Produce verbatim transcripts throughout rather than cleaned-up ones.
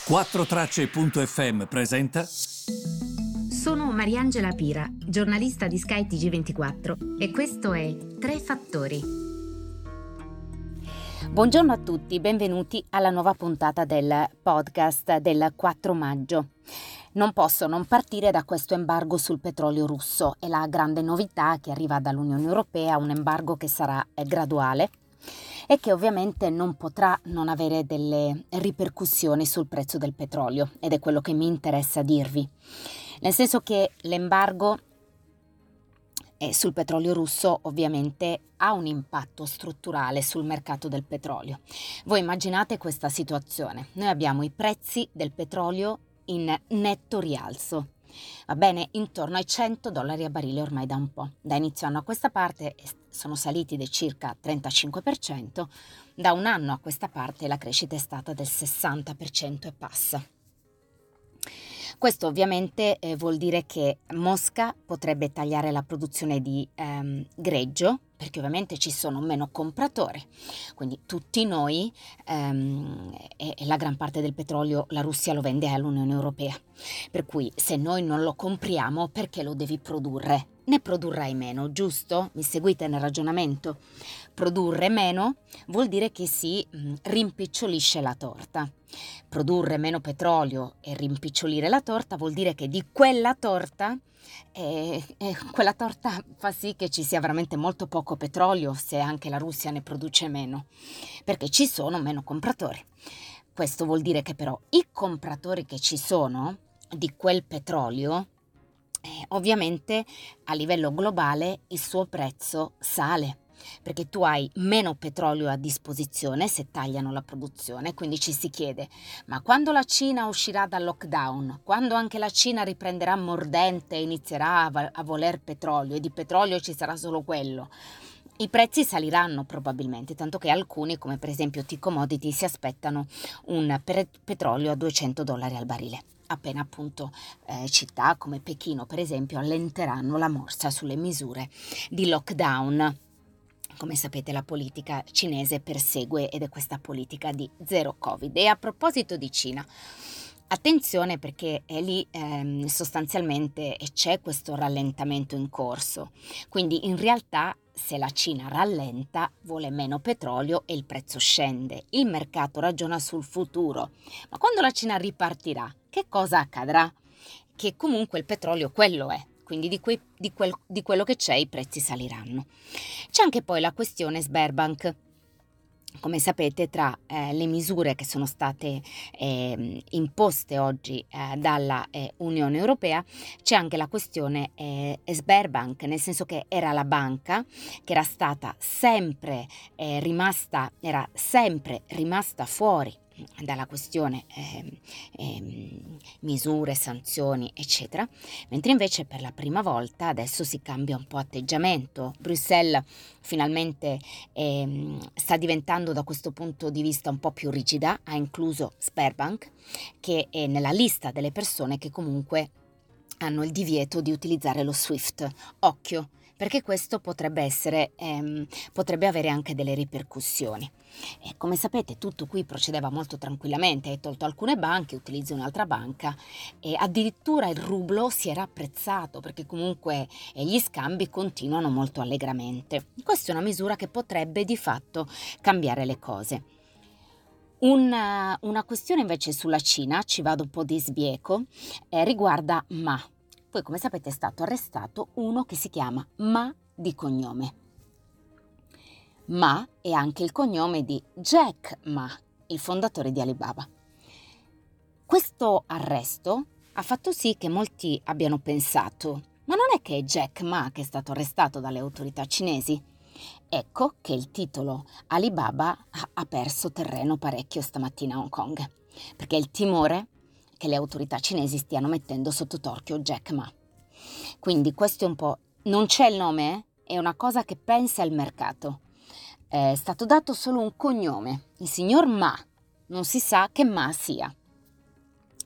quattro tracce punto effe emme presenta. Sono Mariangela Pira, giornalista di Sky T G ventiquattro e questo è Tre Fattori. Buongiorno a tutti, benvenuti alla nuova puntata del podcast del quattro maggio. Non posso non partire da questo embargo sul petrolio russo. È la grande novità che arriva dall'Unione Europea, un embargo che sarà graduale e che ovviamente non potrà non avere delle ripercussioni sul prezzo del petrolio, ed è quello che mi interessa dirvi. Nel senso che l'embargo eh, sul petrolio russo ovviamente ha un impatto strutturale sul mercato del petrolio. Voi immaginate questa situazione: noi abbiamo i prezzi del petrolio in netto rialzo, va bene, intorno ai cento dollari a barile ormai da un po'. Da inizio anno a questa parte sono saliti di circa trentacinque per cento, da un anno a questa parte la crescita è stata del sessanta per cento e passa. Questo ovviamente eh, vuol dire che Mosca potrebbe tagliare la produzione di ehm, greggio, perché ovviamente ci sono meno compratori, quindi tutti noi ehm, e, e la gran parte del petrolio la Russia lo vende all'Unione Europea, per cui se noi non lo compriamo, perché lo devi produrre? Ne produrrai meno, giusto? Mi seguite nel ragionamento? Produrre meno vuol dire che si mh, rimpicciolisce la torta. Produrre meno petrolio e rimpicciolire la torta vuol dire che di quella torta E, e quella torta fa sì che ci sia veramente molto poco petrolio, se anche la Russia ne produce meno, perché ci sono meno compratori. Questo vuol dire che però i compratori che ci sono di quel petrolio, eh, ovviamente a livello globale il suo prezzo sale, perché tu hai meno petrolio a disposizione se tagliano la produzione. Quindi ci si chiede: ma quando la Cina uscirà dal lockdown, quando anche la Cina riprenderà mordente e inizierà a, a voler petrolio, e di petrolio ci sarà solo quello, i prezzi saliranno probabilmente, tanto che alcuni, come per esempio T-Commodity, si aspettano un per- petrolio a duecento dollari al barile, appena appunto eh, città come Pechino per esempio allenteranno la morsa sulle misure di lockdown. Come sapete, la politica cinese persegue ed è questa politica di zero Covid. E a proposito di Cina, attenzione, perché è lì ehm, sostanzialmente c'è questo rallentamento in corso. Quindi in realtà se la Cina rallenta vuole meno petrolio e il prezzo scende. Il mercato ragiona sul futuro. Ma quando la Cina ripartirà, che cosa accadrà? Che comunque il petrolio quello è. Quindi di, quei, di, quel, di quello che c'è i prezzi saliranno. C'è anche poi la questione Sberbank. Come sapete, tra eh, le misure che sono state eh, imposte oggi eh, dalla eh, Unione Europea c'è anche la questione eh, Sberbank, nel senso che era la banca che era stata sempre eh, rimasta, era sempre rimasta fuori dalla questione eh, eh, misure, sanzioni, eccetera, mentre invece per la prima volta adesso si cambia un po' atteggiamento. Bruxelles finalmente eh, sta diventando da questo punto di vista un po' più rigida, ha incluso Sberbank, che è nella lista delle persone che comunque hanno il divieto di utilizzare lo SWIFT. Occhio, perché questo potrebbe essere, ehm, potrebbe avere anche delle ripercussioni. E come sapete, tutto qui procedeva molto tranquillamente, hai tolto alcune banche, utilizzi un'altra banca e addirittura il rublo si era apprezzato, perché comunque eh, gli scambi continuano molto allegramente. Questa è una misura che potrebbe di fatto cambiare le cose. Una, una questione invece sulla Cina, ci vado un po' di sbieco, eh, riguarda Ma. Poi, come sapete, è stato arrestato uno che si chiama Ma di cognome. Ma è anche il cognome di Jack Ma, il fondatore di Alibaba. Questo arresto ha fatto sì che molti abbiano pensato: ma non è che è Jack Ma che è stato arrestato dalle autorità cinesi? Ecco che il titolo Alibaba ha perso terreno parecchio stamattina a Hong Kong, perché il timore che le autorità cinesi stiano mettendo sotto torchio Jack Ma. Quindi questo è un po', non c'è il nome, eh? È una cosa che pensa il mercato. È stato dato solo un cognome, il signor Ma, non si sa che Ma sia.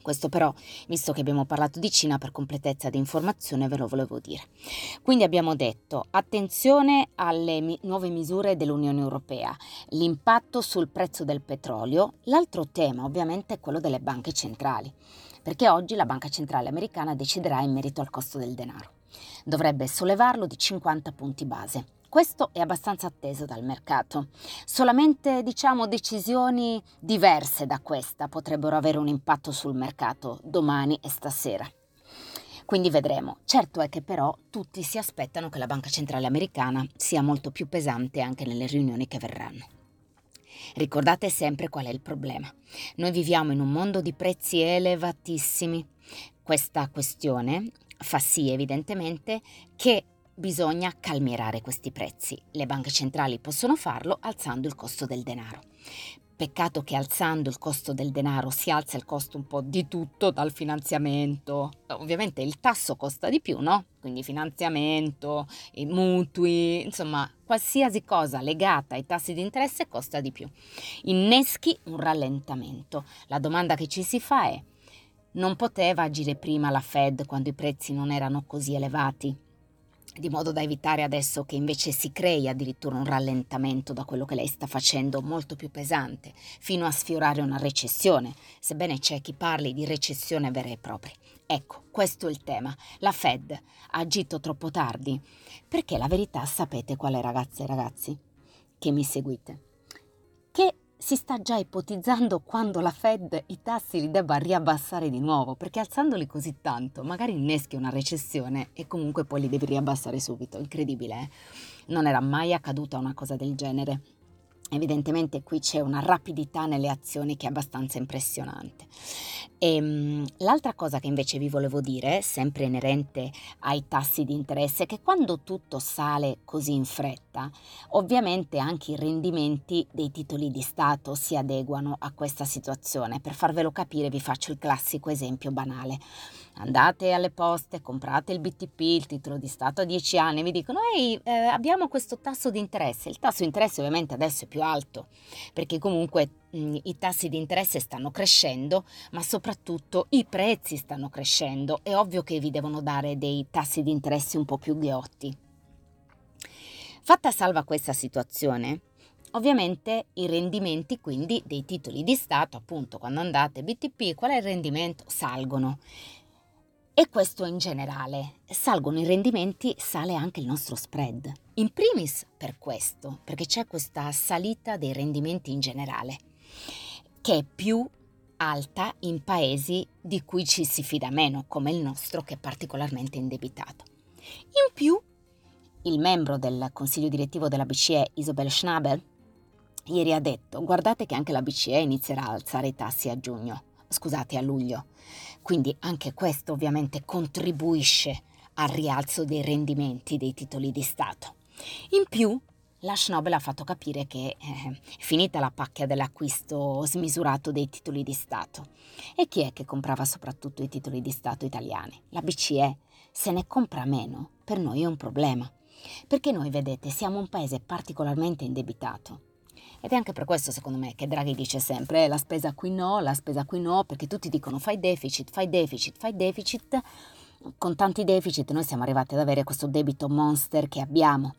Questo però, visto che abbiamo parlato di Cina, per completezza di informazione ve lo volevo dire. Quindi abbiamo detto attenzione alle mi- nuove misure dell'Unione Europea, l'impatto sul prezzo del petrolio. L'altro tema ovviamente è quello delle banche centrali, perché oggi la Banca Centrale Americana deciderà in merito al costo del denaro. Dovrebbe sollevarlo di cinquanta punti base. Questo è abbastanza atteso dal mercato. Solamente, diciamo, decisioni diverse da questa potrebbero avere un impatto sul mercato domani e stasera. Quindi vedremo. Certo è che però tutti si aspettano che la Banca Centrale Americana sia molto più pesante anche nelle riunioni che verranno. Ricordate sempre qual è il problema. Noi viviamo in un mondo di prezzi elevatissimi. Questa questione fa sì, evidentemente, che bisogna calmierare questi prezzi. Le banche centrali possono farlo alzando il costo del denaro. Peccato che alzando il costo del denaro si alza il costo un po' di tutto, dal finanziamento. Ovviamente il tasso costa di più, no? Quindi finanziamento, i mutui, insomma, qualsiasi cosa legata ai tassi di interesse costa di più. Inneschi un rallentamento. La domanda che ci si fa è: non poteva agire prima la Fed quando i prezzi non erano così elevati, di modo da evitare adesso che invece si crei addirittura un rallentamento da quello che lei sta facendo molto più pesante, fino a sfiorare una recessione, sebbene c'è chi parli di recessione vera e propria. Ecco, questo è il tema. La Fed ha agito troppo tardi, perché la verità sapete qual è, ragazze e ragazzi, che mi seguite? Che si sta già ipotizzando quando la Fed i tassi li debba riabbassare di nuovo, perché alzandoli così tanto magari inneschi una recessione e comunque poi li devi riabbassare subito. Incredibile, eh? Non era mai accaduta una cosa del genere. Evidentemente qui c'è una rapidità nelle azioni che è abbastanza impressionante. E, l'altra cosa che invece vi volevo dire, sempre inerente ai tassi di interesse, è che quando tutto sale così in fretta, ovviamente anche i rendimenti dei titoli di Stato si adeguano a questa situazione. Per farvelo capire vi faccio il classico esempio banale. Andate alle poste, comprate il B T P, il titolo di Stato a dieci anni, vi dicono ehi, eh, abbiamo questo tasso di interesse. Il tasso di interesse ovviamente adesso è più alto, perché comunque mh, i tassi di interesse stanno crescendo, ma soprattutto i prezzi stanno crescendo. È ovvio che vi devono dare dei tassi di interesse un po' più ghiotti. Fatta salva questa situazione, ovviamente i rendimenti quindi dei titoli di Stato, appunto quando andate B T P, qual è il rendimento? Salgono. E questo in generale. Salgono i rendimenti, sale anche il nostro spread. In primis per questo, perché c'è questa salita dei rendimenti in generale, che è più alta in paesi di cui ci si fida meno, come il nostro che è particolarmente indebitato. In più, il membro del consiglio direttivo della B C E, Isobel Schnabel, ieri ha detto: guardate che anche la B C E inizierà a alzare i tassi a giugno, scusate, a luglio. Quindi anche questo ovviamente contribuisce al rialzo dei rendimenti dei titoli di Stato. In più, la Schnabel ha fatto capire che eh, è finita la pacchia dell'acquisto smisurato dei titoli di Stato. E chi è che comprava soprattutto i titoli di Stato italiani? La B C E. Se ne compra meno, per noi è un problema. Perché noi, vedete, siamo un paese particolarmente indebitato. Ed è anche per questo, secondo me, che Draghi dice sempre eh, la spesa qui no, la spesa qui no, perché tutti dicono fai deficit, fai deficit, fai deficit. Con tanti deficit noi siamo arrivati ad avere questo debito monster che abbiamo.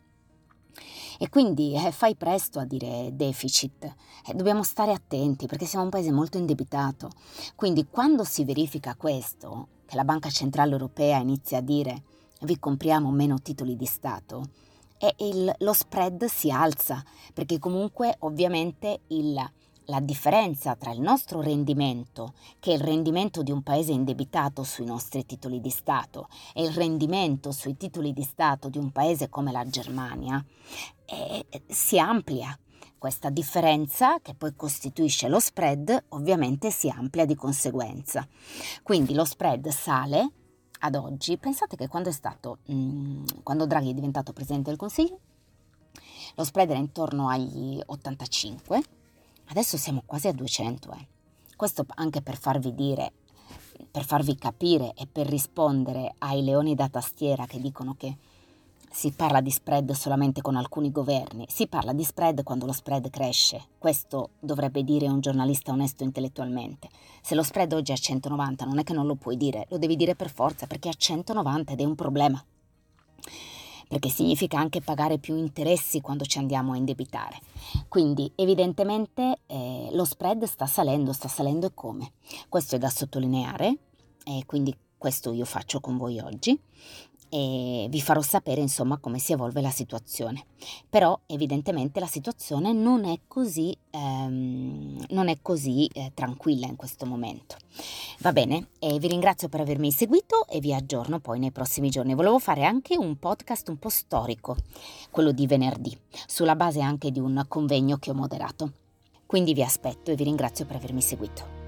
E quindi eh, fai presto a dire deficit. Eh, dobbiamo stare attenti perché siamo un paese molto indebitato. Quindi quando si verifica questo, che la Banca Centrale Europea inizia a dire vi compriamo meno titoli di Stato, e il, lo spread si alza, perché comunque ovviamente il, la differenza tra il nostro rendimento, che è il rendimento di un paese indebitato sui nostri titoli di Stato, e il rendimento sui titoli di Stato di un paese come la Germania, eh, si amplia. Questa differenza, che poi costituisce lo spread, ovviamente si amplia di conseguenza. Quindi lo spread sale. Ad oggi, pensate che quando è stato, mh, quando Draghi è diventato Presidente del Consiglio, lo spread era intorno agli ottantacinque, adesso siamo quasi a duecento. Eh. Questo anche per farvi dire, per farvi capire e per rispondere ai leoni da tastiera che dicono che Si parla di spread solamente con alcuni governi, si parla di spread quando lo spread cresce. Questo dovrebbe dire un giornalista onesto intellettualmente. Se lo spread oggi è a centonovanta non è che non lo puoi dire, lo devi dire per forza perché è a centonovanta ed è un problema. Perché significa anche pagare più interessi quando ci andiamo a indebitare. Quindi evidentemente eh, lo spread sta salendo, sta salendo e come? Questo è da sottolineare e quindi questo io faccio con voi oggi. E vi farò sapere insomma come si evolve la situazione. Però evidentemente la situazione non è così, ehm, non è così eh, tranquilla in questo momento. Va bene, e vi ringrazio per avermi seguito e vi aggiorno poi nei prossimi giorni. Volevo fare anche un podcast un po' storico, quello di venerdì, sulla base anche di un convegno che ho moderato. Quindi vi aspetto e vi ringrazio per avermi seguito.